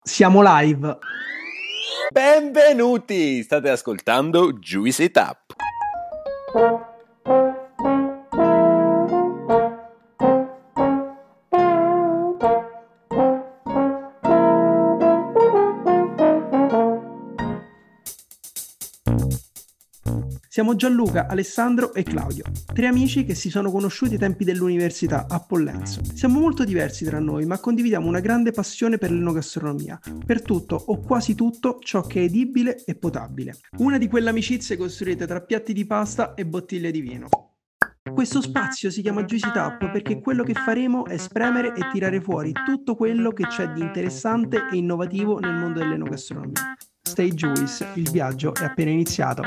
Siamo live. Benvenuti! State ascoltando Juice It Up. Siamo Gianluca, Alessandro e Claudio, tre amici che si sono conosciuti ai tempi dell'università a Pollenzo. Siamo molto diversi tra noi, ma condividiamo una grande passione per l'enogastronomia, per tutto o quasi tutto ciò che è edibile e potabile. Una di quelle amicizie costruite tra piatti di pasta e bottiglie di vino. Questo spazio si chiama Juice It Up perché quello che faremo è spremere e tirare fuori tutto quello che c'è di interessante e innovativo nel mondo dell'enogastronomia. Stay Juice, il viaggio è appena iniziato.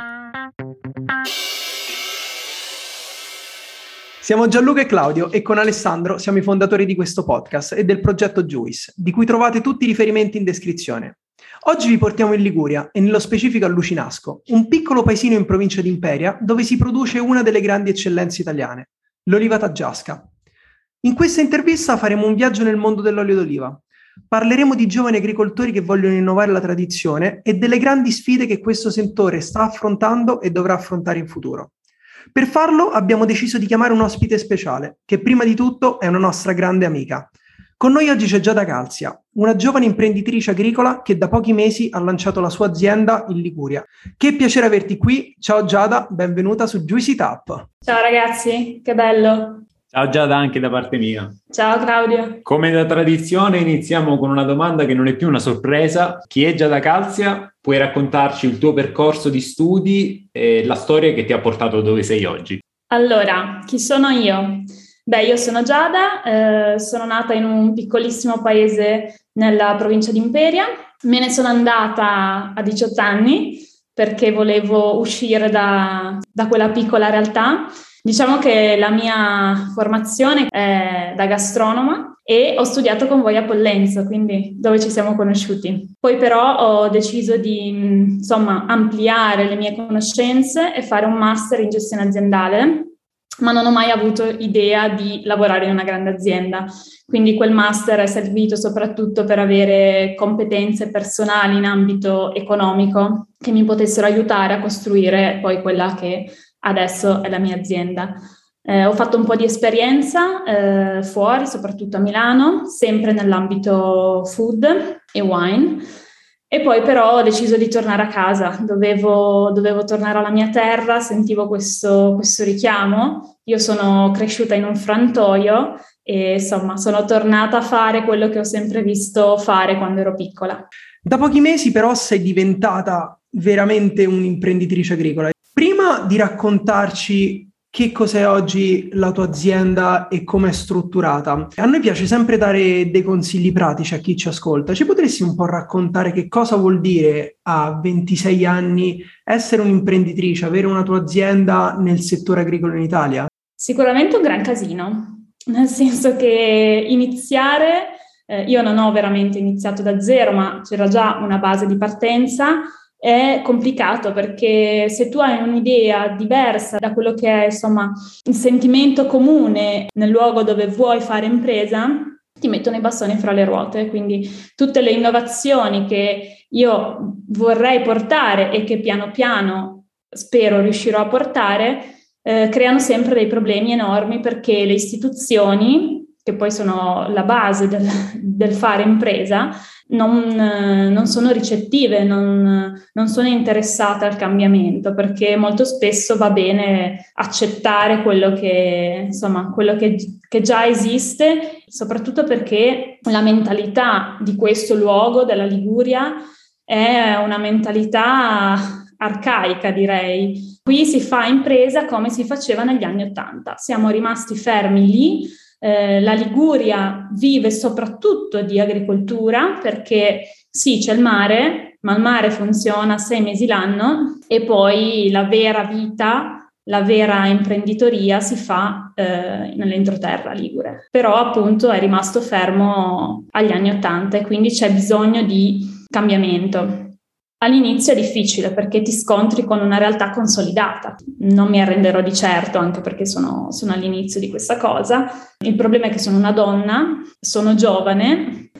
Siamo Gianluca e Claudio e con Alessandro siamo i fondatori di questo podcast e del progetto Juice, di cui trovate tutti i riferimenti in descrizione. Oggi vi portiamo in Liguria e nello specifico a Lucinasco, un piccolo paesino in provincia di Imperia dove si produce una delle grandi eccellenze italiane, l'oliva taggiasca. In questa intervista faremo un viaggio nel mondo dell'olio d'oliva. Parleremo di giovani agricoltori che vogliono innovare la tradizione e delle grandi sfide che questo settore sta affrontando e dovrà affrontare in futuro. Per farlo abbiamo deciso di chiamare un ospite speciale, che prima di tutto è una nostra grande amica. Con noi oggi c'è Giada Calzia, una giovane imprenditrice agricola che da pochi mesi ha lanciato la sua azienda in Liguria. Che piacere averti qui. Ciao Giada, benvenuta su Juice It Up. Ciao ragazzi, che bello. Ciao Giada, anche da parte mia. Ciao Claudio. Come da tradizione iniziamo con una domanda che non è più una sorpresa. Chi è Giada Calzia? Puoi raccontarci il tuo percorso di studi e la storia che ti ha portato dove sei oggi? Allora, chi sono io? Io sono Giada, sono nata in un piccolissimo paese nella provincia di Imperia. Me ne sono andata a 18 anni perché volevo uscire da quella piccola realtà. Diciamo che la mia formazione è da gastronoma e ho studiato con voi a Pollenzo, quindi dove ci siamo conosciuti. Poi però ho deciso di ampliare le mie conoscenze e fare un master in gestione aziendale, ma non ho mai avuto idea di lavorare in una grande azienda. Quindi quel master è servito soprattutto per avere competenze personali in ambito economico che mi potessero aiutare a costruire poi quella che adesso è la mia azienda. Ho fatto un po' di esperienza fuori, soprattutto a Milano, sempre nell'ambito food e wine, e poi però ho deciso di tornare a casa. Dovevo tornare alla mia terra, sentivo questo richiamo. Io sono cresciuta in un frantoio e sono tornata a fare quello che ho sempre visto fare quando ero piccola. Da pochi mesi però sei diventata veramente un'imprenditrice agricola. Prima di raccontarci che cos'è oggi la tua azienda e come è strutturata, a noi piace sempre dare dei consigli pratici a chi ci ascolta. Ci potresti un po' raccontare che cosa vuol dire a 26 anni essere un'imprenditrice, avere una tua azienda nel settore agricolo in Italia? Sicuramente un gran casino, nel senso che iniziare, io non ho veramente iniziato da zero, ma c'era già una base di partenza. È complicato perché se tu hai un'idea diversa da quello che è il sentimento comune nel luogo dove vuoi fare impresa, ti mettono i bastoni fra le ruote. Quindi tutte le innovazioni che io vorrei portare e che piano piano spero riuscirò a portare creano sempre dei problemi enormi, perché le istituzioni, che poi sono la base del fare impresa, non sono ricettive, non sono interessate al cambiamento, perché molto spesso va bene accettare quello che già esiste, soprattutto perché la mentalità di questo luogo, della Liguria, è una mentalità arcaica, direi. Qui si fa impresa come si faceva negli anni '80, siamo rimasti fermi lì. La Liguria vive soprattutto di agricoltura, perché sì, c'è il mare, ma il mare funziona 6 mesi l'anno, e poi la vera vita, la vera imprenditoria si fa nell'entroterra ligure. Però appunto è rimasto fermo agli anni '80 e quindi c'è bisogno di cambiamento. All'inizio è difficile perché ti scontri con una realtà consolidata. Non mi arrenderò di certo, anche perché sono all'inizio di questa cosa. Il problema è che sono una donna, sono giovane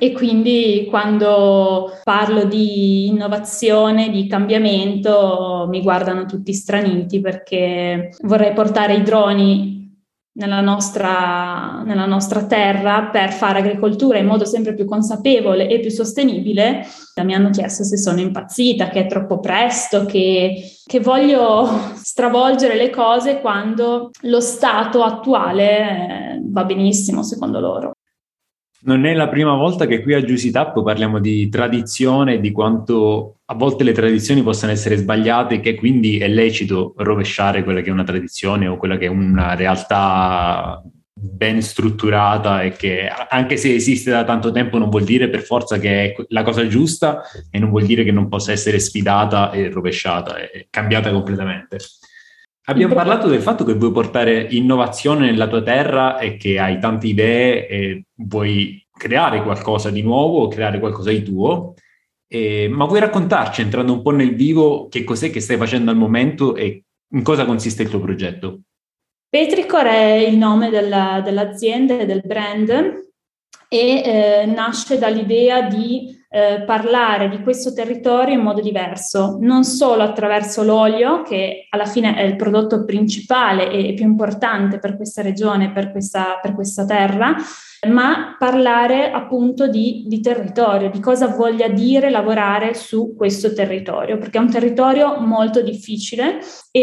E quindi quando parlo di innovazione, di cambiamento, mi guardano tutti straniti, perché vorrei portare i droni nella nostra terra per fare agricoltura in modo sempre più consapevole e più sostenibile. Mi hanno chiesto se sono impazzita, che è troppo presto, che voglio stravolgere le cose quando lo stato attuale va benissimo secondo loro. Non è la prima volta che qui a Juicy Tap parliamo di tradizione e di quanto a volte le tradizioni possano essere sbagliate, che quindi è lecito rovesciare quella che è una tradizione o quella che è una realtà ben strutturata e che, anche se esiste da tanto tempo, non vuol dire per forza che è la cosa giusta e non vuol dire che non possa essere sfidata e rovesciata e cambiata completamente. Abbiamo parlato del fatto che vuoi portare innovazione nella tua terra e che hai tante idee e vuoi creare qualcosa di nuovo o creare qualcosa di tuo, ma vuoi raccontarci, entrando un po' nel vivo, che cos'è che stai facendo al momento e in cosa consiste il tuo progetto? Petricor è il nome dell'azienda e del brand e nasce dall'idea di parlare di questo territorio in modo diverso, non solo attraverso l'olio, che alla fine è il prodotto principale e più importante per questa regione, per questa terra, ma parlare appunto di territorio, di cosa voglia dire lavorare su questo territorio, perché è un territorio molto difficile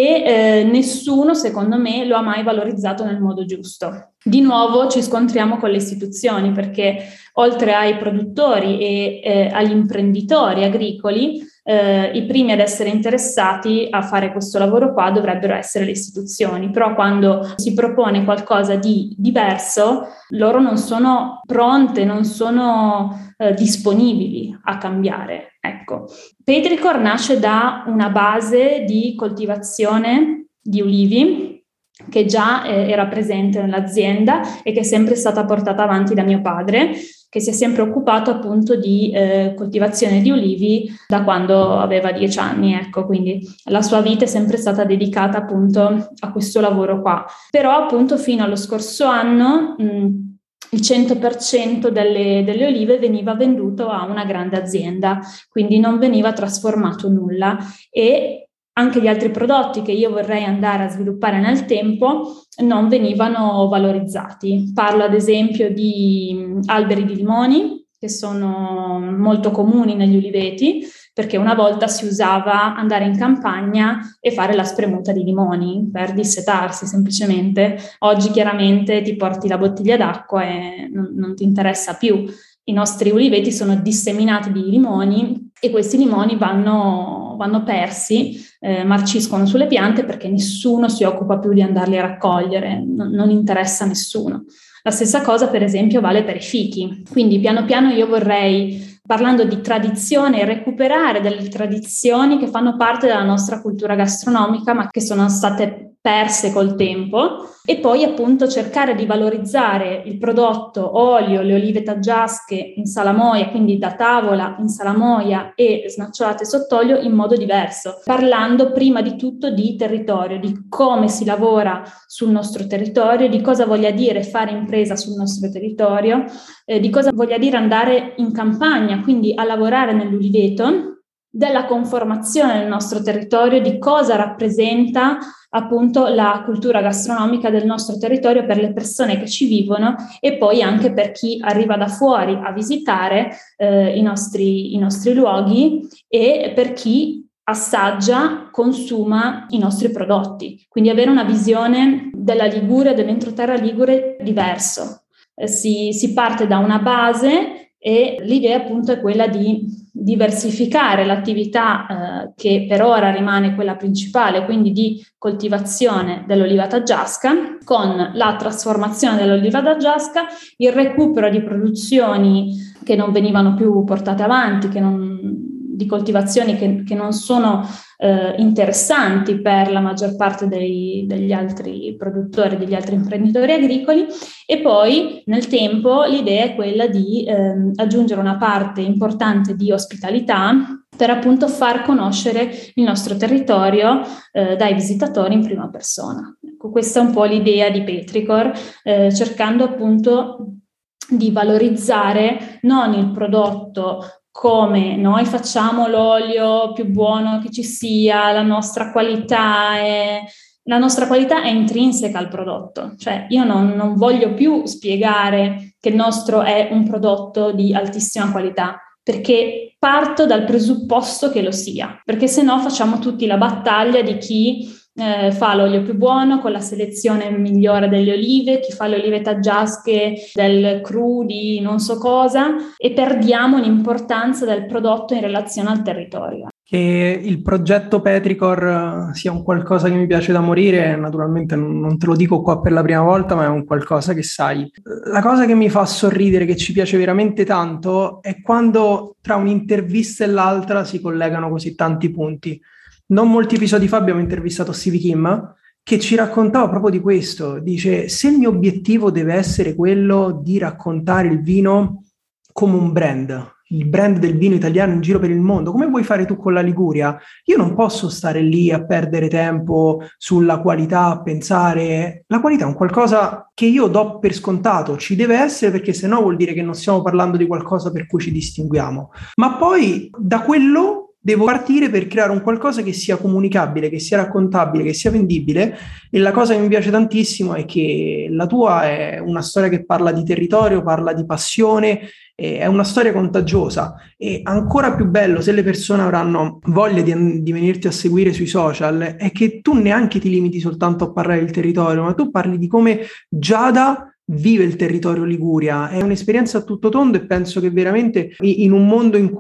e nessuno, secondo me, lo ha mai valorizzato nel modo giusto. Di nuovo ci scontriamo con le istituzioni, perché oltre ai produttori e agli imprenditori agricoli, i primi ad essere interessati a fare questo lavoro qua dovrebbero essere le istituzioni, però quando si propone qualcosa di diverso, loro non sono pronte, non sono disponibili a cambiare. Ecco, Petricor nasce da una base di coltivazione di ulivi che già era presente nell'azienda e che è sempre stata portata avanti da mio padre, che si è sempre occupato appunto di coltivazione di ulivi da quando aveva 10 anni, ecco, quindi la sua vita è sempre stata dedicata appunto a questo lavoro qua. Però appunto fino allo scorso anno il 100% delle olive veniva venduto a una grande azienda, quindi non veniva trasformato nulla, e anche gli altri prodotti che io vorrei andare a sviluppare nel tempo non venivano valorizzati. Parlo ad esempio di alberi di limoni, che sono molto comuni negli uliveti, perché una volta si usava andare in campagna e fare la spremuta di limoni per dissetarsi semplicemente. Oggi chiaramente ti porti la bottiglia d'acqua e non ti interessa più. I nostri uliveti sono disseminati di limoni e questi limoni vanno persi, marciscono sulle piante perché nessuno si occupa più di andarli a raccogliere, non interessa a nessuno. La stessa cosa per esempio vale per i fichi, quindi piano piano io vorrei, parlando di tradizione, recuperare delle tradizioni che fanno parte della nostra cultura gastronomica ma che sono state perse col tempo, e poi appunto cercare di valorizzare il prodotto olio, le olive taggiasche in salamoia, quindi da tavola in salamoia e snocciolate sott'olio in modo diverso, parlando prima di tutto di territorio, di come si lavora sul nostro territorio, di cosa voglia dire fare impresa sul nostro territorio, di cosa voglia dire andare in campagna, quindi a lavorare nell'uliveto, della conformazione del nostro territorio, di cosa rappresenta appunto la cultura gastronomica del nostro territorio per le persone che ci vivono e poi anche per chi arriva da fuori a visitare i nostri luoghi e per chi assaggia, consuma i nostri prodotti. Quindi avere una visione della Liguria, dell'entroterra ligure diverso. Si parte da una base e l'idea appunto è quella di diversificare l'attività che per ora rimane quella principale, quindi di coltivazione dell'oliva taggiasca, con la trasformazione dell'oliva taggiasca, il recupero di produzioni che non venivano più portate avanti, di coltivazioni che non sono interessanti per la maggior parte degli altri produttori, degli altri imprenditori agricoli, e poi nel tempo l'idea è quella di aggiungere una parte importante di ospitalità per appunto far conoscere il nostro territorio dai visitatori in prima persona. Ecco, questa è un po' l'idea di Petricor, cercando appunto di valorizzare non il prodotto come noi facciamo l'olio più buono che ci sia, la nostra qualità è intrinseca al prodotto, cioè io non voglio più spiegare che il nostro è un prodotto di altissima qualità, perché parto dal presupposto che lo sia, perché se no facciamo tutti la battaglia di chi fa l'olio più buono con la selezione migliore delle olive, chi fa le olive taggiasche del cru di non so cosa, e perdiamo l'importanza del prodotto in relazione al territorio. Che il progetto Petrichor sia un qualcosa che mi piace da morire, naturalmente non te lo dico qua per la prima volta, ma è un qualcosa che sai. La cosa che mi fa sorridere, che ci piace veramente tanto, è quando tra un'intervista e l'altra si collegano così tanti punti. Non molti episodi fa abbiamo intervistato Stevie Kim, che ci raccontava proprio di questo. Dice: se il mio obiettivo deve essere quello di raccontare il vino come un brand, il brand del vino italiano in giro per il mondo, come vuoi fare tu con la Liguria? Io non posso stare lì a perdere tempo sulla qualità, a pensare. La qualità è un qualcosa che io do per scontato, ci deve essere, perché sennò vuol dire che non stiamo parlando di qualcosa per cui ci distinguiamo. Ma poi da quello devo partire per creare un qualcosa che sia comunicabile, che sia raccontabile, che sia vendibile. E la cosa che mi piace tantissimo è che la tua è una storia che parla di territorio, parla di passione, è una storia contagiosa. E ancora più bello, se le persone avranno voglia di venirti a seguire sui social, è che tu neanche ti limiti soltanto a parlare del territorio, ma tu parli di come Giada vive il territorio Liguria. È un'esperienza a tutto tondo, e penso che veramente in un mondo in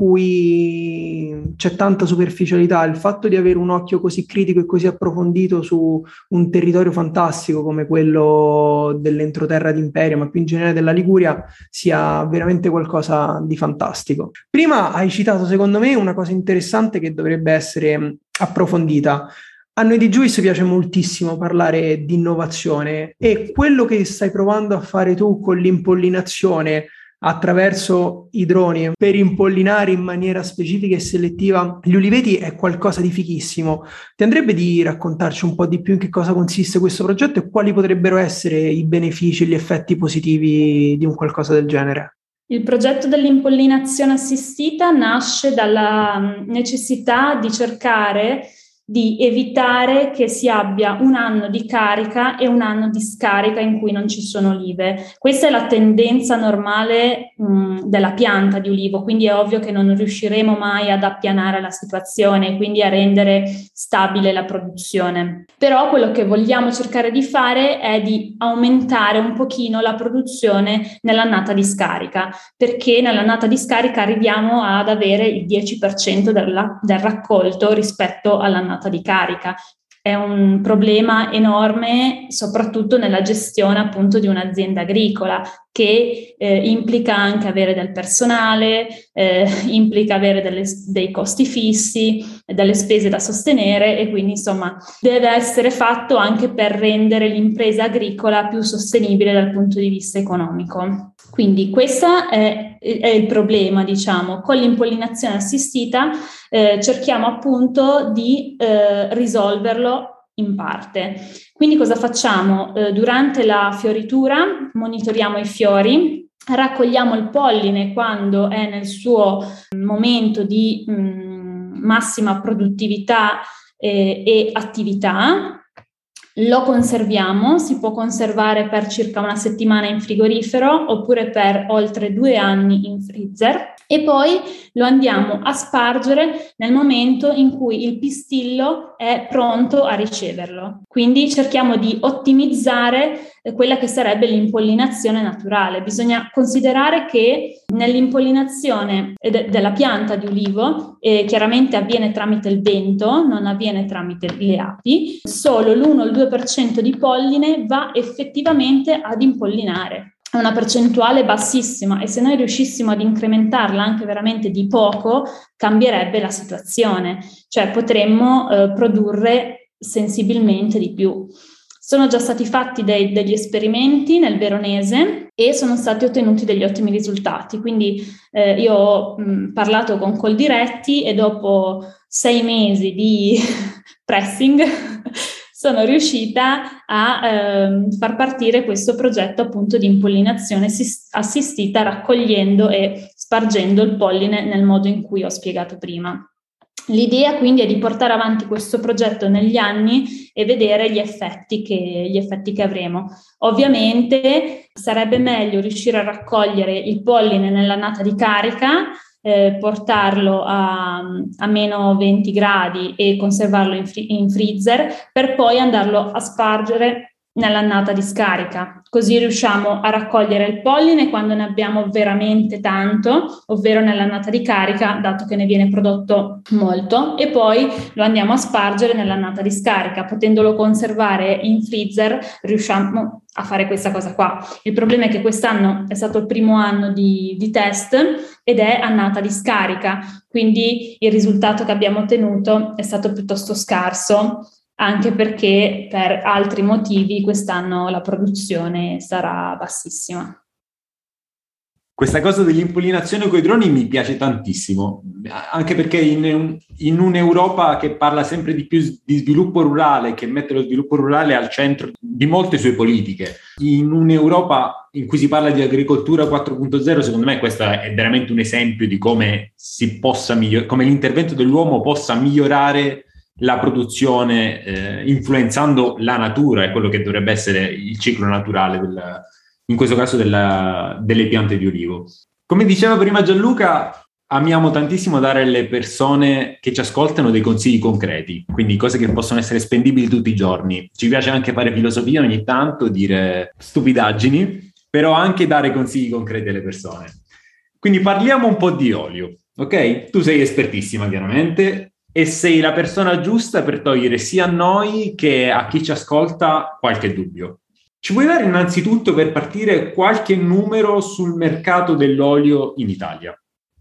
cui c'è tanta superficialità, il fatto di avere un occhio così critico e così approfondito su un territorio fantastico come quello dell'entroterra d'Imperia, ma più in generale della Liguria, sia veramente qualcosa di fantastico. Prima hai citato, secondo me, una cosa interessante che dovrebbe essere approfondita. A noi di Juice piace moltissimo parlare di innovazione, e quello che stai provando a fare tu con l'impollinazione attraverso i droni per impollinare in maniera specifica e selettiva gli uliveti è qualcosa di fighissimo. Ti andrebbe di raccontarci un po' di più in che cosa consiste questo progetto e quali potrebbero essere i benefici e gli effetti positivi di un qualcosa del genere? Il progetto dell'impollinazione assistita nasce dalla necessità di cercare di evitare che si abbia un anno di carica e un anno di scarica in cui non ci sono olive. Questa è la tendenza normale della pianta di ulivo, quindi è ovvio che non riusciremo mai ad appianare la situazione, quindi a rendere stabile la produzione. Però quello che vogliamo cercare di fare è di aumentare un pochino la produzione nell'annata di scarica, perché nell'annata di scarica arriviamo ad avere il 10% del raccolto rispetto all'annata di carica. È un problema enorme, soprattutto nella gestione appunto di un'azienda agricola, che implica anche avere del personale, implica avere dei costi fissi, delle spese da sostenere, e quindi insomma deve essere fatto anche per rendere l'impresa agricola più sostenibile dal punto di vista economico. Quindi questo è il problema, diciamo. Con l'impollinazione assistita cerchiamo appunto di risolverlo in parte. Quindi cosa facciamo? Durante la fioritura monitoriamo i fiori, raccogliamo il polline quando è nel suo momento di massima produttività e attività. Lo conserviamo, si può conservare per circa una settimana in frigorifero oppure per oltre 2 anni in freezer, e poi lo andiamo a spargere nel momento in cui il pistillo è pronto a riceverlo. Quindi cerchiamo di ottimizzare quella che sarebbe l'impollinazione naturale. Bisogna considerare che nell'impollinazione della pianta di ulivo chiaramente avviene tramite il vento, non avviene tramite le api. Solo l'1 o il 2% di polline va effettivamente ad impollinare. È una percentuale bassissima, e se noi riuscissimo ad incrementarla anche veramente di poco, cambierebbe la situazione, cioè potremmo produrre sensibilmente di più. Sono già stati fatti degli esperimenti nel Veronese e sono stati ottenuti degli ottimi risultati, quindi io ho parlato con Coldiretti, e dopo 6 mesi di pressing sono riuscita a far partire questo progetto appunto di impollinazione assistita, raccogliendo e spargendo il polline nel modo in cui ho spiegato prima. L'idea quindi è di portare avanti questo progetto negli anni e vedere gli effetti che avremo. Ovviamente sarebbe meglio riuscire a raccogliere il polline nell'annata di carica, portarlo a meno 20 gradi e conservarlo in freezer per poi andarlo a spargere nell'annata di scarica. Così riusciamo a raccogliere il polline quando ne abbiamo veramente tanto, ovvero nell'annata di carica, dato che ne viene prodotto molto, e poi lo andiamo a spargere nell'annata di scarica. Potendolo conservare in freezer riusciamo a fare questa cosa qua. Il problema è che quest'anno è stato il primo anno di test ed è annata di scarica, quindi il risultato che abbiamo ottenuto è stato piuttosto scarso, anche perché per altri motivi quest'anno la produzione sarà bassissima. Questa cosa dell'impollinazione con i droni mi piace tantissimo, anche perché in un'Europa che parla sempre di più di sviluppo rurale, che mette lo sviluppo rurale al centro di molte sue politiche, in un'Europa in cui si parla di agricoltura 4.0, secondo me questo è veramente un esempio di come si possa come l'intervento dell'uomo possa migliorare la produzione, influenzando la natura e quello che dovrebbe essere il ciclo naturale in questo caso delle piante di olivo. Come diceva prima Gianluca, amiamo tantissimo dare alle persone che ci ascoltano dei consigli concreti, quindi cose che possono essere spendibili tutti i giorni. Ci piace anche fare filosofia ogni tanto, dire stupidaggini, però anche dare consigli concreti alle persone. Quindi parliamo un po' di olio, ok? Tu sei espertissima chiaramente e sei la persona giusta per togliere sia a noi che a chi ci ascolta qualche dubbio. Ci puoi dare innanzitutto, per partire, qualche numero sul mercato dell'olio in Italia?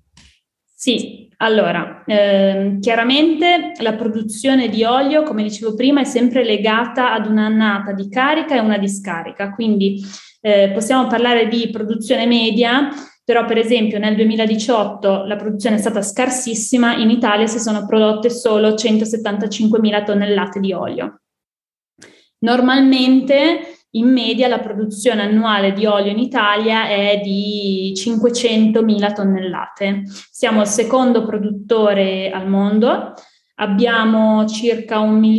Sì, allora, chiaramente la produzione di olio, come dicevo prima, è sempre legata ad un'annata di carica e una di scarica, quindi possiamo parlare di produzione media, però per esempio nel 2018 la produzione è stata scarsissima, in Italia si sono prodotte solo 175.000 tonnellate di olio. Normalmente in media la produzione annuale di olio in Italia è di 500.000 tonnellate. Siamo il secondo produttore al mondo, abbiamo circa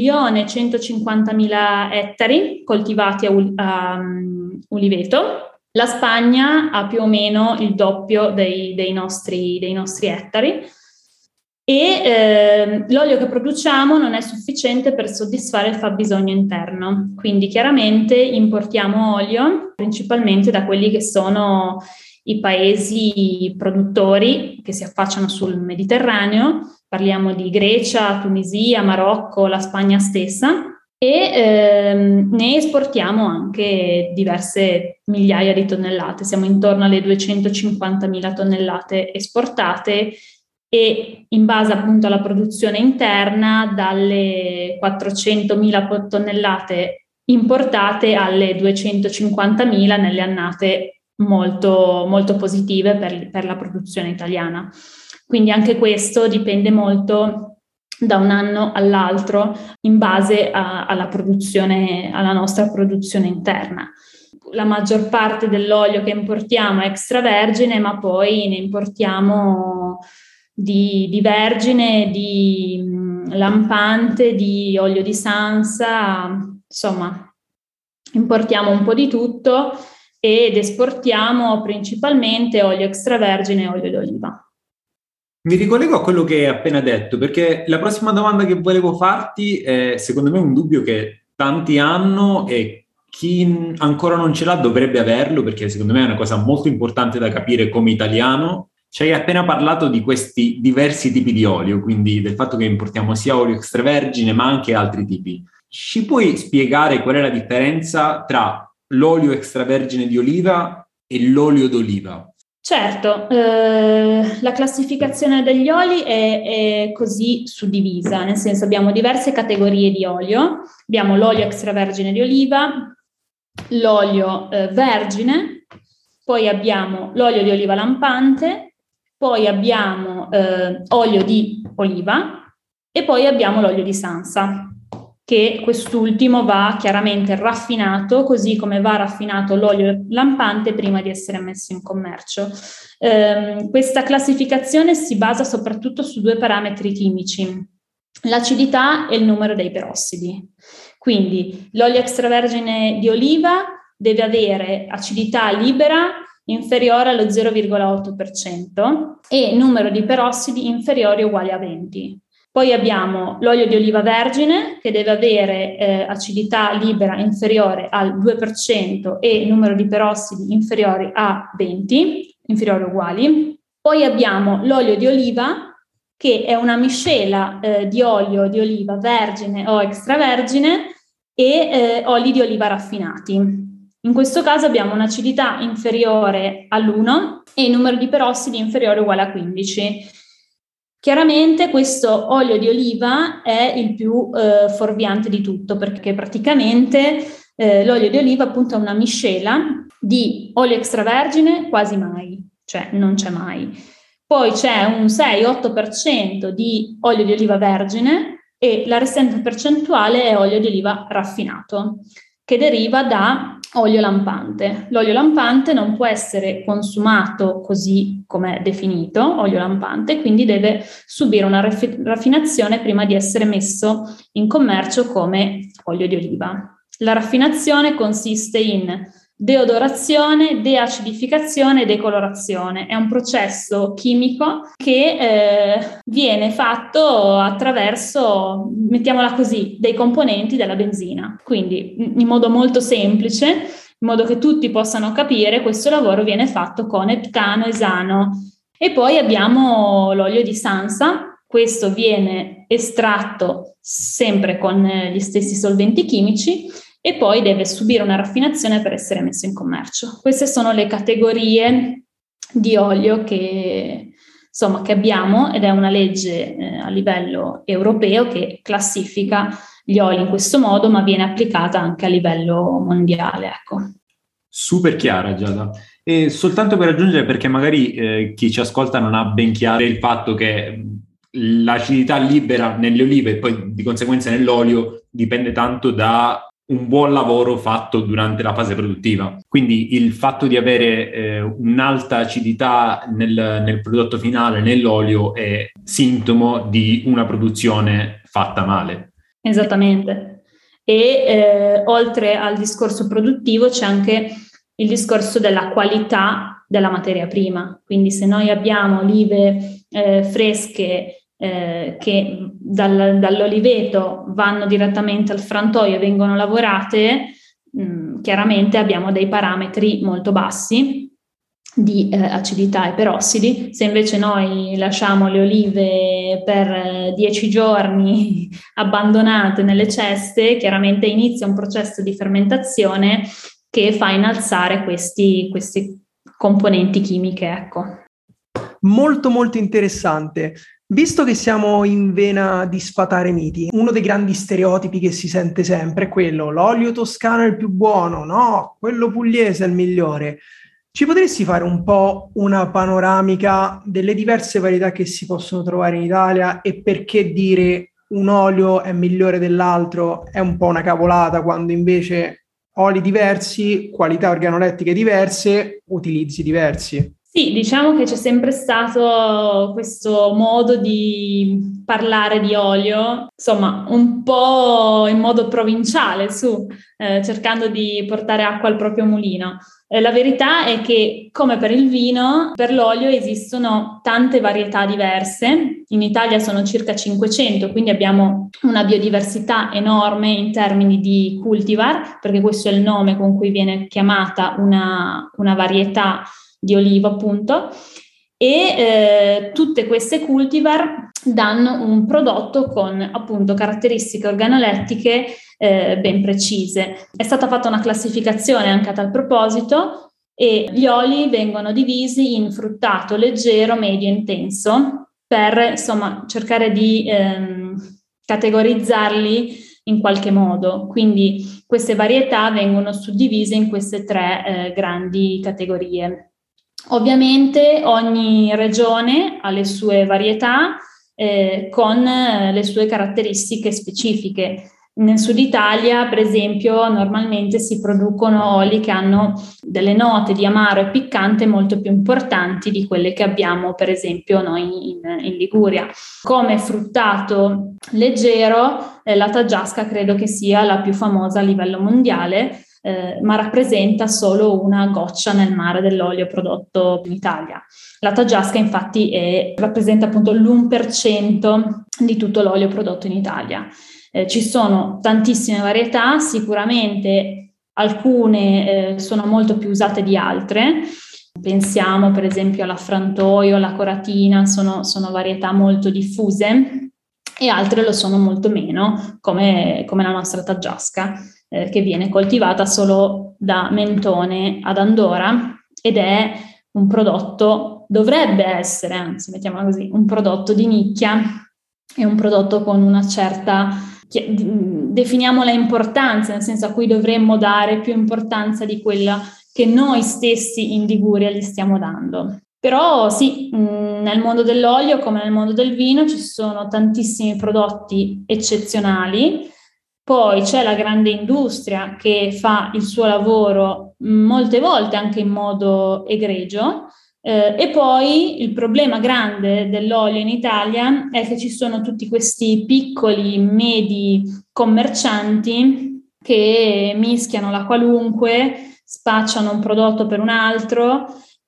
1.150.000 ettari coltivati a uliveto. La Spagna ha più o meno il doppio dei nostri ettari e l'olio che produciamo non è sufficiente per soddisfare il fabbisogno interno, quindi chiaramente importiamo olio principalmente da quelli che sono i paesi produttori che si affacciano sul Mediterraneo, parliamo di Grecia, Tunisia, Marocco, la Spagna stessa, e ne esportiamo anche diverse migliaia di tonnellate, siamo intorno alle 250.000 tonnellate esportate e in base appunto alla produzione interna dalle 400.000 tonnellate importate alle 250.000 nelle annate molto, molto positive per la produzione italiana. Quindi anche questo dipende molto da un anno all'altro in base alla nostra produzione interna. La maggior parte dell'olio che importiamo è extravergine, ma poi ne importiamo di vergine, di lampante, di olio di Sansa, insomma, importiamo un po' di tutto ed esportiamo principalmente olio extravergine e olio d'oliva. Mi ricollego a quello che hai appena detto, perché la prossima domanda che volevo farti è, secondo me, un dubbio che tanti hanno e chi ancora non ce l'ha dovrebbe averlo, perché secondo me è una cosa molto importante da capire come italiano. Ci hai appena parlato di questi diversi tipi di olio, quindi del fatto che importiamo sia olio extravergine ma anche altri tipi. Ci puoi spiegare qual è la differenza tra l'olio extravergine di oliva e l'olio d'oliva? Certo, la classificazione degli oli è così suddivisa, nel senso abbiamo diverse categorie di olio, abbiamo l'olio extravergine di oliva, l'olio vergine, poi abbiamo l'olio di oliva lampante, poi abbiamo olio di oliva e poi abbiamo l'olio di Sansa, che quest'ultimo va chiaramente raffinato, così come va raffinato l'olio lampante prima di essere messo in commercio. Questa classificazione si basa soprattutto su 2 parametri chimici: l'acidità e il numero dei perossidi. Quindi l'olio extravergine di oliva deve avere acidità libera inferiore allo 0,8% e numero di perossidi inferiori o uguali a 20. Poi abbiamo l'olio di oliva vergine che deve avere acidità libera inferiore al 2% e numero di perossidi inferiori a 20, inferiori o uguali. Poi abbiamo l'olio di oliva che è una miscela di olio di oliva vergine o extravergine e oli di oliva raffinati. In questo caso abbiamo un'acidità inferiore all'1 e il numero di perossidi inferiore o uguale a 15. Chiaramente questo olio di oliva è il più fuorviante di tutto, perché praticamente l'olio di oliva appunto è una miscela di olio extravergine quasi mai, cioè non c'è mai. Poi c'è un 6-8% di olio di oliva vergine e la restante percentuale è olio di oliva raffinato, che deriva da olio lampante. L'olio lampante non può essere consumato così come è definito, olio lampante, quindi deve subire una raffinazione prima di essere messo in commercio come olio di oliva. La raffinazione consiste in deodorazione, deacidificazione e decolorazione. È un processo chimico che viene fatto attraverso, mettiamola così, dei componenti della benzina. Quindi in modo molto semplice, in modo che tutti possano capire, questo lavoro viene fatto con etano, esano. E poi abbiamo l'olio di Sansa. Questo viene estratto sempre con gli stessi solventi chimici e poi deve subire una raffinazione per essere messo in commercio. Queste sono le categorie di olio che abbiamo, ed è una legge a livello europeo che classifica gli oli in questo modo, ma viene applicata anche a livello mondiale. Ecco. Super chiara, Giada. E soltanto per aggiungere, perché magari chi ci ascolta non ha ben chiaro il fatto che l'acidità libera nelle olive e poi di conseguenza nell'olio dipende tanto da un buon lavoro fatto durante la fase produttiva. Quindi il fatto di avere un'alta acidità nel prodotto finale, nell'olio, è sintomo di una produzione fatta male. Esattamente. E oltre al discorso produttivo c'è anche il discorso della qualità della materia prima. Quindi se noi abbiamo olive fresche che dall'oliveto vanno direttamente al frantoio e vengono lavorate, chiaramente abbiamo dei parametri molto bassi di acidità e perossidi. Se invece noi lasciamo le olive per 10 giorni abbandonate nelle ceste, chiaramente inizia un processo di fermentazione che fa innalzare queste componenti chimiche, ecco. Molto molto interessante. Visto che siamo in vena di sfatare miti, uno dei grandi stereotipi che si sente sempre è quello: l'olio toscano è il più buono, no, quello pugliese è il migliore. Ci potresti fare un po' una panoramica delle diverse varietà che si possono trovare in Italia e perché dire un olio è migliore dell'altro è un po' una cavolata, quando invece oli diversi, qualità organolettiche diverse, utilizzi diversi? Sì, diciamo che c'è sempre stato questo modo di parlare di olio, insomma, un po' in modo provinciale, cercando di portare acqua al proprio mulino. La verità è che, come per il vino, per l'olio esistono tante varietà diverse. In Italia sono circa 500, quindi abbiamo una biodiversità enorme in termini di cultivar, perché questo è il nome con cui viene chiamata una varietà di olivo, appunto, e tutte queste cultivar danno un prodotto con appunto caratteristiche organolettiche ben precise. È stata fatta una classificazione anche a tal proposito e gli oli vengono divisi in fruttato, leggero, medio e intenso per cercare di categorizzarli in qualche modo. Quindi queste varietà vengono suddivise in queste 3 grandi categorie. Ovviamente ogni regione ha le sue varietà con le sue caratteristiche specifiche. Nel sud Italia, per esempio, normalmente si producono oli che hanno delle note di amaro e piccante molto più importanti di quelle che abbiamo, per esempio, noi in Liguria. Come fruttato leggero, la taggiasca credo che sia la più famosa a livello mondiale, ma rappresenta solo una goccia nel mare dell'olio prodotto in Italia. La taggiasca infatti rappresenta appunto l'1% di tutto l'olio prodotto in Italia. Ci sono tantissime varietà, sicuramente alcune sono molto più usate di altre. Pensiamo per esempio alla frantoio, alla coratina, sono varietà molto diffuse, e altre lo sono molto meno, come la nostra taggiasca, che viene coltivata solo da Mentone ad Andorra ed è un prodotto, dovrebbe essere, anzi mettiamola così, un prodotto di nicchia, è un prodotto con una certa, definiamola importanza, nel senso a cui dovremmo dare più importanza di quella che noi stessi in Liguria gli stiamo dando. Però sì, nel mondo dell'olio come nel mondo del vino ci sono tantissimi prodotti eccezionali, poi c'è la grande industria che fa il suo lavoro molte volte anche in modo egregio, e poi il problema grande dell'olio in Italia è che ci sono tutti questi piccoli, medi commercianti che mischiano la qualunque, spacciano un prodotto per un altro,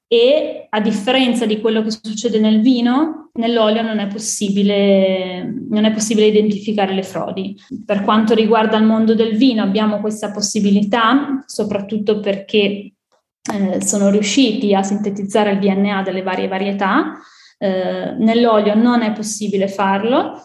e a differenza di quello che succede nel vino, nell'olio non è possibile identificare le frodi. Per quanto riguarda il mondo del vino abbiamo questa possibilità, soprattutto perché sono riusciti a sintetizzare il DNA delle varie varietà. Nell'olio non è possibile farlo,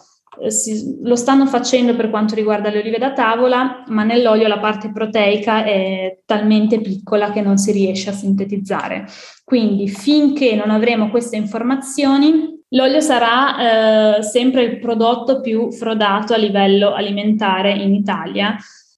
lo stanno facendo per quanto riguarda le olive da tavola, ma nell'olio la parte proteica è talmente piccola che non si riesce a sintetizzare. Quindi finché non avremo queste informazioni, l'olio sarà sempre il prodotto più frodato a livello alimentare in Italia,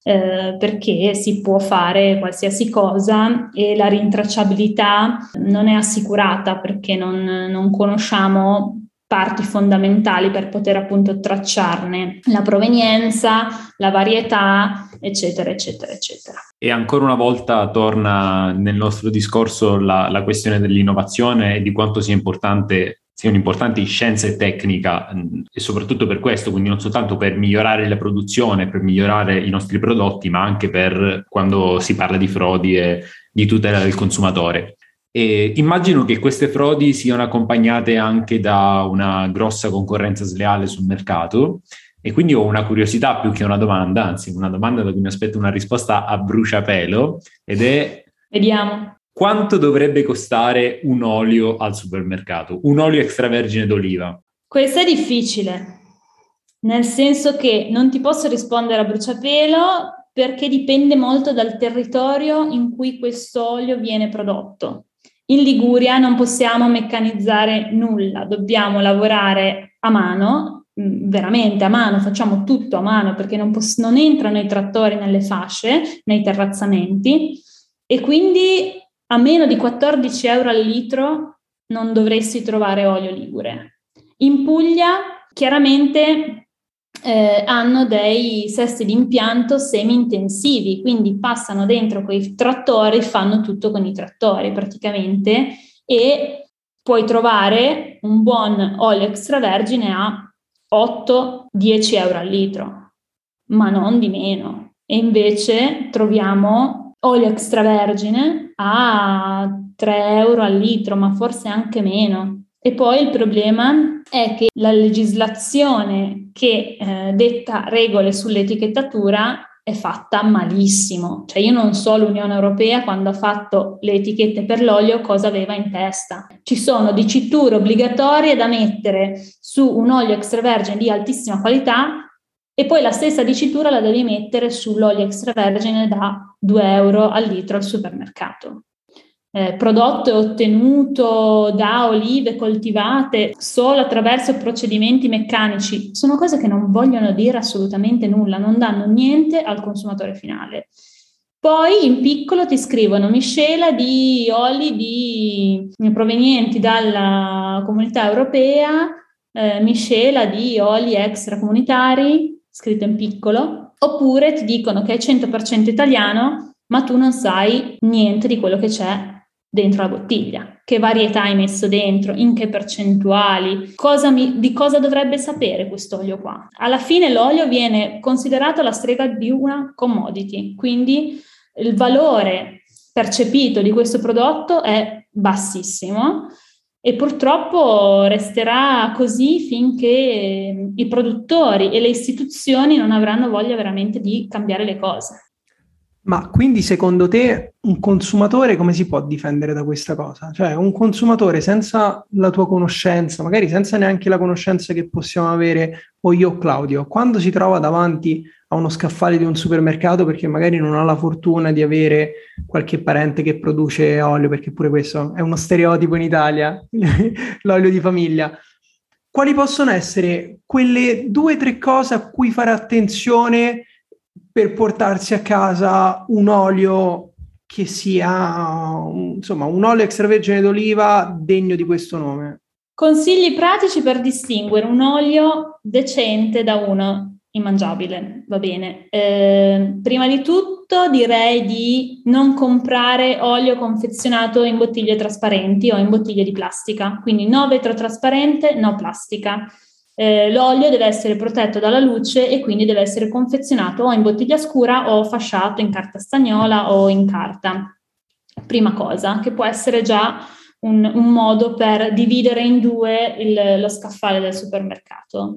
perché si può fare qualsiasi cosa e la rintracciabilità non è assicurata perché non conosciamo parti fondamentali per poter appunto tracciarne la provenienza, la varietà, eccetera, eccetera, eccetera. E ancora una volta torna nel nostro discorso la questione dell'innovazione e di quanto siano importanti scienza e tecnica, e soprattutto per questo, quindi non soltanto per migliorare la produzione, per migliorare i nostri prodotti, ma anche per quando si parla di frodi e di tutela del consumatore. E immagino che queste frodi siano accompagnate anche da una grossa concorrenza sleale sul mercato, e quindi ho una curiosità più che una domanda, anzi una domanda da cui mi aspetto una risposta a bruciapelo, ed è: vediamo. Quanto dovrebbe costare un olio al supermercato? Un olio extravergine d'oliva? Questo è difficile, nel senso che non ti posso rispondere a bruciapelo perché dipende molto dal territorio in cui questo olio viene prodotto. In Liguria non possiamo meccanizzare nulla, dobbiamo lavorare a mano, veramente a mano, facciamo tutto a mano perché non entrano i trattori nelle fasce, nei terrazzamenti, e quindi a meno di 14 euro al litro non dovresti trovare olio ligure. In Puglia chiaramente hanno dei sesti d'impianto semi-intensivi, quindi passano dentro quei trattori, fanno tutto con i trattori praticamente, e puoi trovare un buon olio extravergine a 8-10 euro al litro, ma non di meno. E invece troviamo olio extravergine a 3 euro al litro, ma forse anche meno. E poi il problema è che la legislazione che detta regole sull'etichettatura è fatta malissimo. Cioè io non so l'Unione Europea quando ha fatto le etichette per l'olio cosa aveva in testa. Ci sono diciture obbligatorie da mettere su un olio extravergine di altissima qualità e poi la stessa dicitura la devi mettere sull'olio extravergine da 2 euro al litro al supermercato. Prodotto e ottenuto da olive coltivate solo attraverso procedimenti meccanici, sono cose che non vogliono dire assolutamente nulla, non danno niente al consumatore finale. Poi in piccolo ti scrivono miscela di oli provenienti dalla Comunità Europea, miscela di oli extracomunitari, scritto in piccolo, Oppure ti dicono che è 100% italiano, ma tu non sai niente di quello che c'è dentro la bottiglia, che varietà hai messo dentro, in che percentuali, di cosa dovrebbe sapere quest'olio qua. Alla fine l'olio viene considerato alla stregua di una commodity, quindi il valore percepito di questo prodotto è bassissimo e purtroppo resterà così finché i produttori e le istituzioni non avranno voglia veramente di cambiare le cose. Ma quindi secondo te un consumatore come si può difendere da questa cosa? Cioè un consumatore senza la tua conoscenza, magari senza neanche la conoscenza che possiamo avere o io o Claudio, quando si trova davanti a uno scaffale di un supermercato perché magari non ha la fortuna di avere qualche parente che produce olio, perché pure questo è uno stereotipo in Italia, l'olio di famiglia. Quali possono essere quelle 2 o 3 cose a cui fare attenzione per portarsi a casa un olio che sia, insomma, un olio extravergine d'oliva degno di questo nome? Consigli pratici per distinguere un olio decente da uno immangiabile, va bene. Prima di tutto direi di non comprare olio confezionato in bottiglie trasparenti o in bottiglie di plastica, quindi no vetro trasparente, no plastica. L'olio deve essere protetto dalla luce e quindi deve essere confezionato o in bottiglia scura o fasciato in carta stagnola o in carta. Prima cosa, che può essere già un modo per dividere in 2 lo scaffale del supermercato.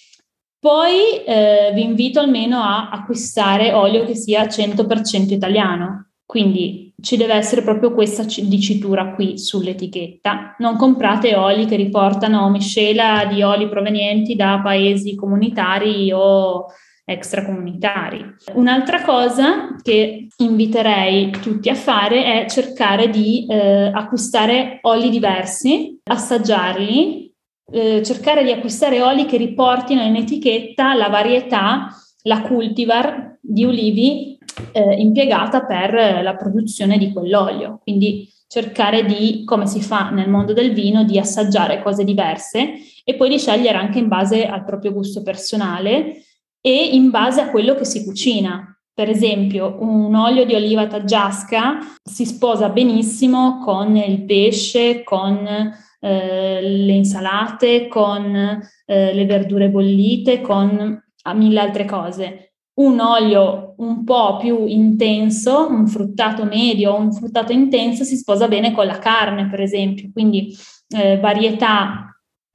Poi vi invito almeno a acquistare olio che sia 100% italiano, quindi ci deve essere proprio questa dicitura qui sull'etichetta. Non comprate oli che riportano miscela di oli provenienti da paesi comunitari o extracomunitari. Un'altra cosa che inviterei tutti a fare è cercare di acquistare oli diversi, assaggiarli, cercare di acquistare oli che riportino in etichetta la varietà, la cultivar di ulivi impiegata per la produzione di quell'olio. Quindi cercare di, come si fa nel mondo del vino, di assaggiare cose diverse e poi di scegliere anche in base al proprio gusto personale e in base a quello che si cucina. Per esempio, un olio di oliva taggiasca si sposa benissimo con il pesce, con le insalate, con le verdure bollite, con 1000 altre cose. Un olio un po' più intenso, un fruttato medio o un fruttato intenso si sposa bene con la carne, per esempio. Quindi varietà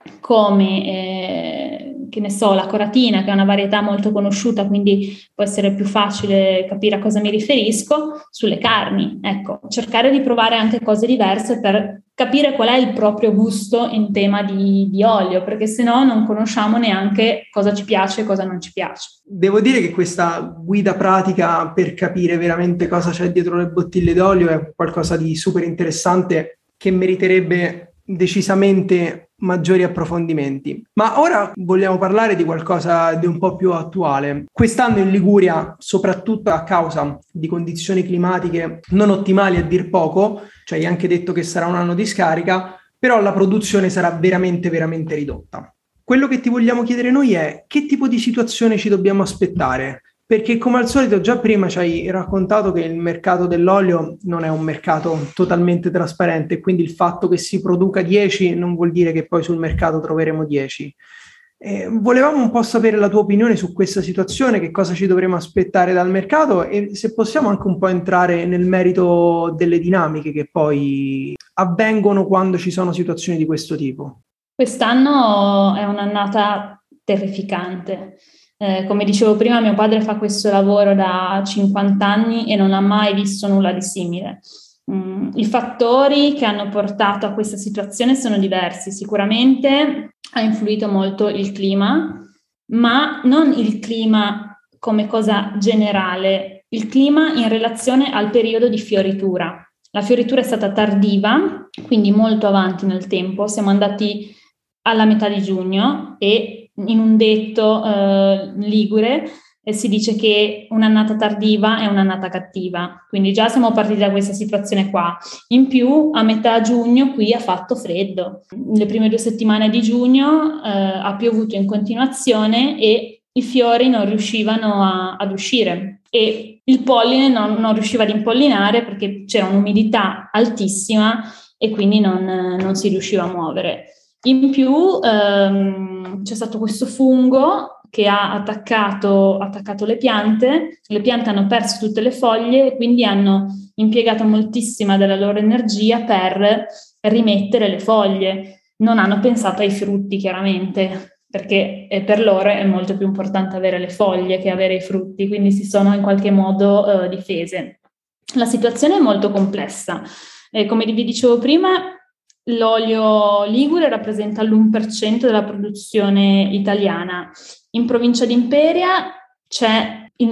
come che ne so, la coratina, che è una varietà molto conosciuta, quindi può essere più facile capire a cosa mi riferisco, sulle carni. Ecco, cercare di provare anche cose diverse per capire qual è il proprio gusto in tema di olio, perché se no non conosciamo neanche cosa ci piace e cosa non ci piace. Devo dire che questa guida pratica per capire veramente cosa c'è dietro le bottiglie d'olio è qualcosa di super interessante che meriterebbe decisamente maggiori approfondimenti. Ma ora vogliamo parlare di qualcosa di un po' più attuale. Quest'anno in Liguria, soprattutto a causa di condizioni climatiche non ottimali a dir poco, cioè hai anche detto che sarà un anno di scarica, però la produzione sarà veramente ridotta. Quello che ti vogliamo chiedere noi è che tipo di situazione ci dobbiamo aspettare? Perché come al solito già prima ci hai raccontato che il mercato dell'olio non è un mercato totalmente trasparente, quindi il fatto che si produca 10 non vuol dire che poi sul mercato troveremo 10. Volevamo un po' sapere la tua opinione su questa situazione, che cosa ci dovremo aspettare dal mercato e se possiamo anche un po' entrare nel merito delle dinamiche che poi avvengono quando ci sono situazioni di questo tipo. Quest'anno è un'annata terrificante. Come dicevo prima, mio padre fa questo lavoro da 50 anni e non ha mai visto nulla di simile. I fattori che hanno portato a questa situazione sono diversi. Sicuramente ha influito molto il clima, ma non il clima come cosa generale, il clima in relazione al periodo di fioritura. La fioritura è stata tardiva, quindi molto avanti nel tempo. Siamo andati alla metà di giugno e in un detto ligure si dice che un'annata tardiva è un'annata cattiva, quindi già siamo partiti da questa situazione qua. In più a metà giugno qui ha fatto freddo, le prime 2 settimane di giugno ha piovuto in continuazione e i fiori non riuscivano ad uscire e il polline non riusciva ad impollinare perché c'era un'umidità altissima e quindi non si riusciva a muovere. In più c'è stato questo fungo che ha attaccato le piante hanno perso tutte le foglie e quindi hanno impiegato moltissima della loro energia per rimettere le foglie. Non hanno pensato ai frutti, chiaramente, perché per loro è molto più importante avere le foglie che avere i frutti, quindi si sono in qualche modo difese. La situazione è molto complessa. Come vi dicevo prima, l'olio ligure rappresenta l'1% della produzione italiana. In provincia di Imperia c'è il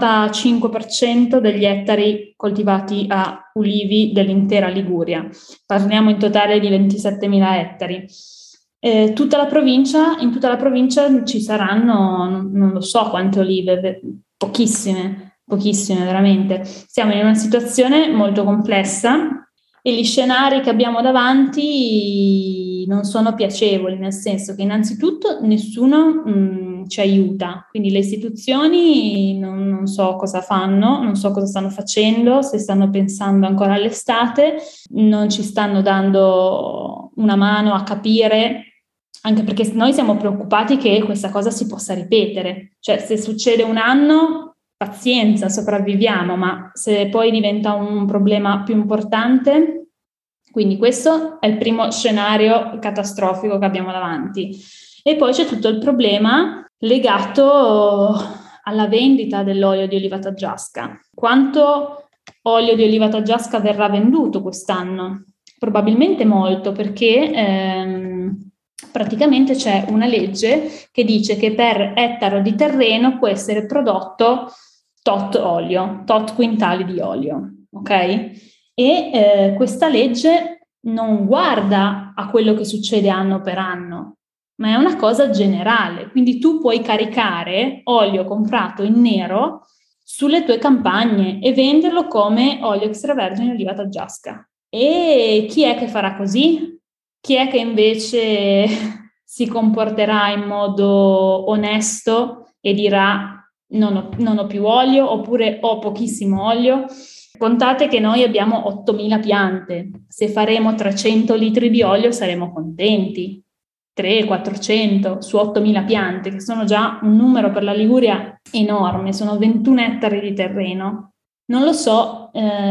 95% degli ettari coltivati a ulivi dell'intera Liguria. Parliamo in totale di 27.000 ettari. In tutta la provincia ci saranno, non lo so quante olive, pochissime veramente. Siamo in una situazione molto complessa e gli scenari che abbiamo davanti non sono piacevoli, nel senso che innanzitutto nessuno ci aiuta, quindi le istituzioni non so cosa fanno, non so cosa stanno facendo, se stanno pensando ancora all'estate, non ci stanno dando una mano a capire, anche perché noi siamo preoccupati che questa cosa si possa ripetere, cioè se succede un anno, pazienza, sopravviviamo, ma se poi diventa un problema più importante, quindi questo è il primo scenario catastrofico che abbiamo davanti. E poi c'è tutto il problema legato alla vendita dell'olio di oliva taggiasca. Quanto olio di oliva taggiasca verrà venduto quest'anno? Probabilmente molto, perché praticamente c'è una legge che dice che per ettaro di terreno può essere prodotto tot quintali di olio, ok? E questa legge non guarda a quello che succede anno per anno, ma è una cosa generale, quindi tu puoi caricare olio comprato in nero sulle tue campagne e venderlo come olio extravergine di oliva taggiasca. E chi è che farà così? Chi è che invece si comporterà in modo onesto e dirà non ho più olio oppure ho pochissimo olio? Contate che noi abbiamo 8.000 piante, se faremo 300 litri di olio saremo contenti, 300-400 su 8.000 piante, che sono già un numero per la Liguria enorme, sono 21 ettari di terreno. Non lo so,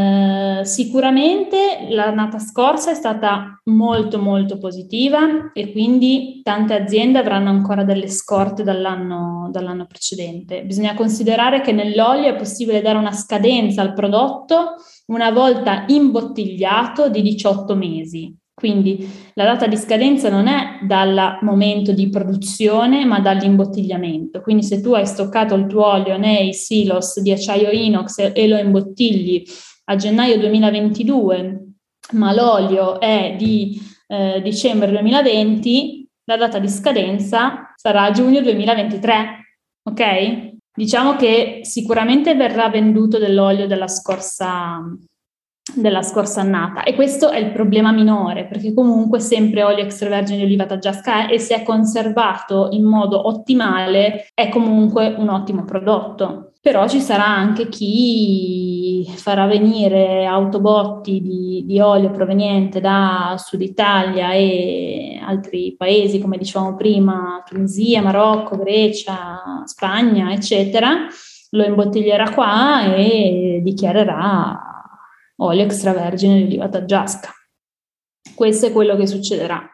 sicuramente l'annata scorsa è stata molto molto positiva e quindi tante aziende avranno ancora delle scorte dall'anno precedente. Bisogna considerare che nell'olio è possibile dare una scadenza al prodotto una volta imbottigliato di 18 mesi. Quindi la data di scadenza non è dal momento di produzione, ma dall'imbottigliamento. Quindi se tu hai stoccato il tuo olio nei silos di acciaio inox e lo imbottigli a gennaio 2022, ma l'olio è di dicembre 2020, la data di scadenza sarà giugno 2023, ok? Diciamo che sicuramente verrà venduto dell'olio della scorsa annata, e questo è il problema minore, perché comunque sempre olio extravergine di oliva taggiasca e se è conservato in modo ottimale è comunque un ottimo prodotto. Però ci sarà anche chi farà venire autobotti di olio proveniente da Sud Italia e altri paesi, come dicevamo prima, Tunisia, Marocco, Grecia, Spagna, eccetera, lo imbottiglierà qua e dichiarerà olio extravergine di oliva taggiasca. Questo è quello che succederà.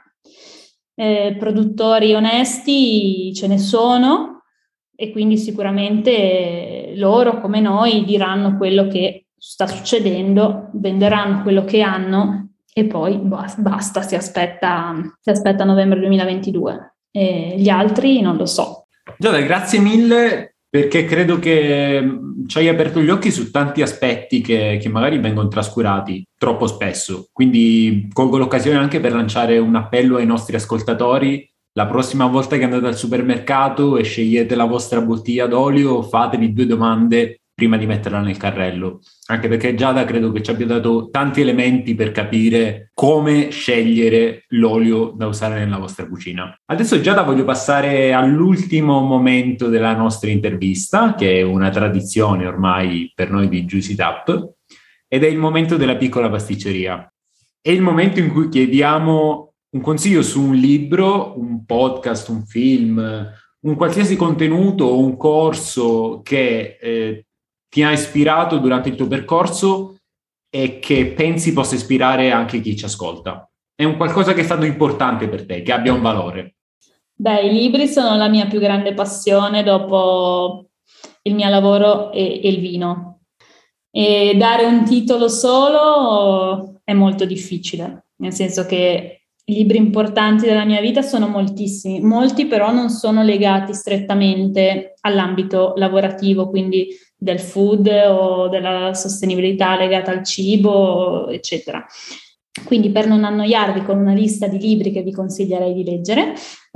Produttori onesti ce ne sono e quindi sicuramente loro, come noi, diranno quello che sta succedendo, venderanno quello che hanno e poi basta, si aspetta novembre 2022. E gli altri non lo so. Giada, grazie mille, perché credo che ci hai aperto gli occhi su tanti aspetti che magari vengono trascurati troppo spesso. Quindi colgo l'occasione anche per lanciare un appello ai nostri ascoltatori. La prossima volta che andate al supermercato e scegliete la vostra bottiglia d'olio, fatevi 2 domande prima di metterla nel carrello, anche perché Giada credo che ci abbia dato tanti elementi per capire come scegliere l'olio da usare nella vostra cucina. Adesso Giada voglio passare all'ultimo momento della nostra intervista, che è una tradizione ormai per noi di Juicy Tap, ed è il momento della piccola pasticceria. È il momento in cui chiediamo un consiglio su un libro, un podcast, un film, un qualsiasi contenuto o un corso che ti ha ispirato durante il tuo percorso e che pensi possa ispirare anche chi ci ascolta. È un qualcosa che è stato importante per te, che abbia un valore. Beh, i libri sono la mia più grande passione dopo il mio lavoro e il vino. E dare un titolo solo è molto difficile, nel senso che i libri importanti della mia vita sono moltissimi, molti però non sono legati strettamente all'ambito lavorativo, quindi del food o della sostenibilità legata al cibo, eccetera. Quindi per non annoiarvi con una lista di libri che vi consiglierei di leggere,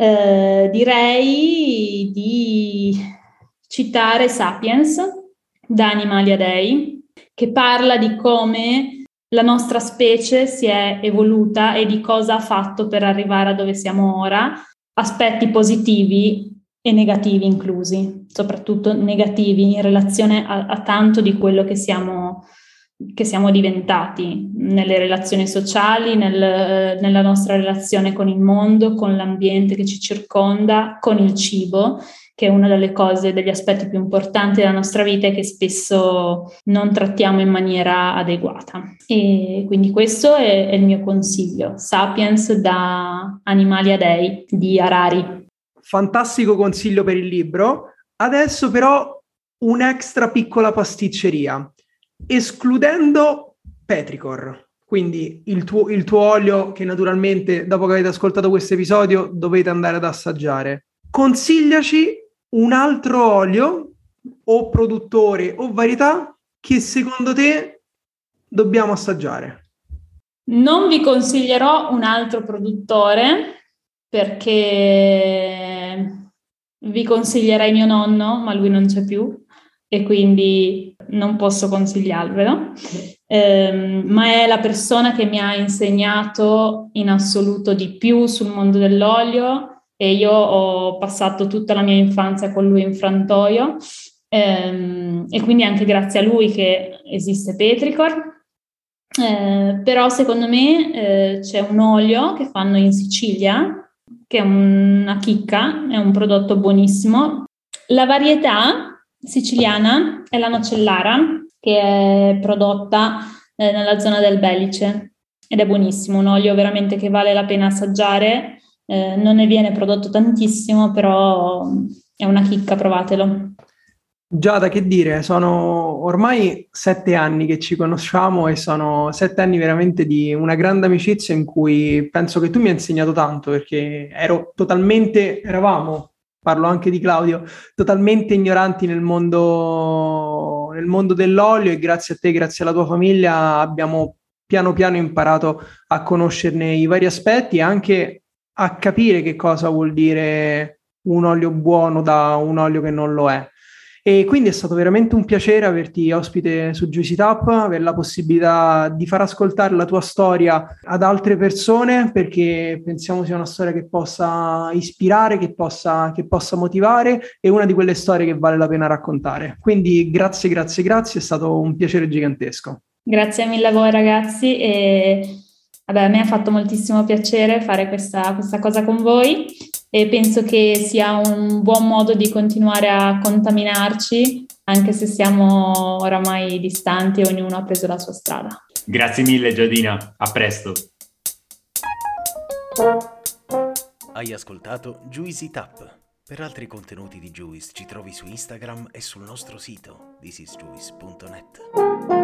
direi di citare Sapiens da Animalia Dei, che parla di come la nostra specie si è evoluta e di cosa ha fatto per arrivare a dove siamo ora, aspetti positivi e negativi inclusi, soprattutto negativi in relazione a tanto di quello che siamo diventati nelle relazioni sociali, nella nostra relazione con il mondo, con l'ambiente che ci circonda, con il cibo, che è una delle cose, degli aspetti più importanti della nostra vita e che spesso non trattiamo in maniera adeguata. E quindi questo è il mio consiglio, Sapiens da Animalia Dei di Harari. Fantastico consiglio per il libro. Adesso però un'extra piccola pasticceria, escludendo Petrichor, quindi il tuo olio che naturalmente dopo che avete ascoltato questo episodio dovete andare ad assaggiare. Consigliaci un altro olio o produttore o varietà che secondo te dobbiamo assaggiare. Non vi consiglierò un altro produttore perché vi consiglierei mio nonno, ma lui non c'è più e quindi non posso consigliarvelo, ma è la persona che mi ha insegnato in assoluto di più sul mondo dell'olio e io ho passato tutta la mia infanzia con lui in frantoio e quindi anche grazie a lui che esiste Petrichor. Però secondo me c'è un olio che fanno in Sicilia che è una chicca, è un prodotto buonissimo. La varietà siciliana è la nocellara, che è prodotta nella zona del Belice ed è buonissimo, un olio veramente che vale la pena assaggiare, non ne viene prodotto tantissimo, però è una chicca, provatelo. Giada, che dire, sono ormai 7 anni che ci conosciamo e sono 7 anni veramente di una grande amicizia in cui penso che tu mi hai insegnato tanto perché eravamo, parlo anche di Claudio, totalmente ignoranti nel mondo dell'olio e grazie a te, grazie alla tua famiglia abbiamo piano piano imparato a conoscerne i vari aspetti e anche a capire che cosa vuol dire un olio buono da un olio che non lo è. E quindi è stato veramente un piacere averti ospite su Juicy Tap, avere la possibilità di far ascoltare la tua storia ad altre persone perché pensiamo sia una storia che possa ispirare, che possa motivare e una di quelle storie che vale la pena raccontare. Quindi grazie, è stato un piacere gigantesco. Grazie mille a voi ragazzi e a me ha fatto moltissimo piacere fare questa cosa con voi. E penso che sia un buon modo di continuare a contaminarci, anche se siamo oramai distanti e ognuno ha preso la sua strada. Grazie mille Giadina, a presto. Hai ascoltato Juicy Tap. Per altri contenuti di Juice ci trovi su Instagram e sul nostro sito thisisjuice.net.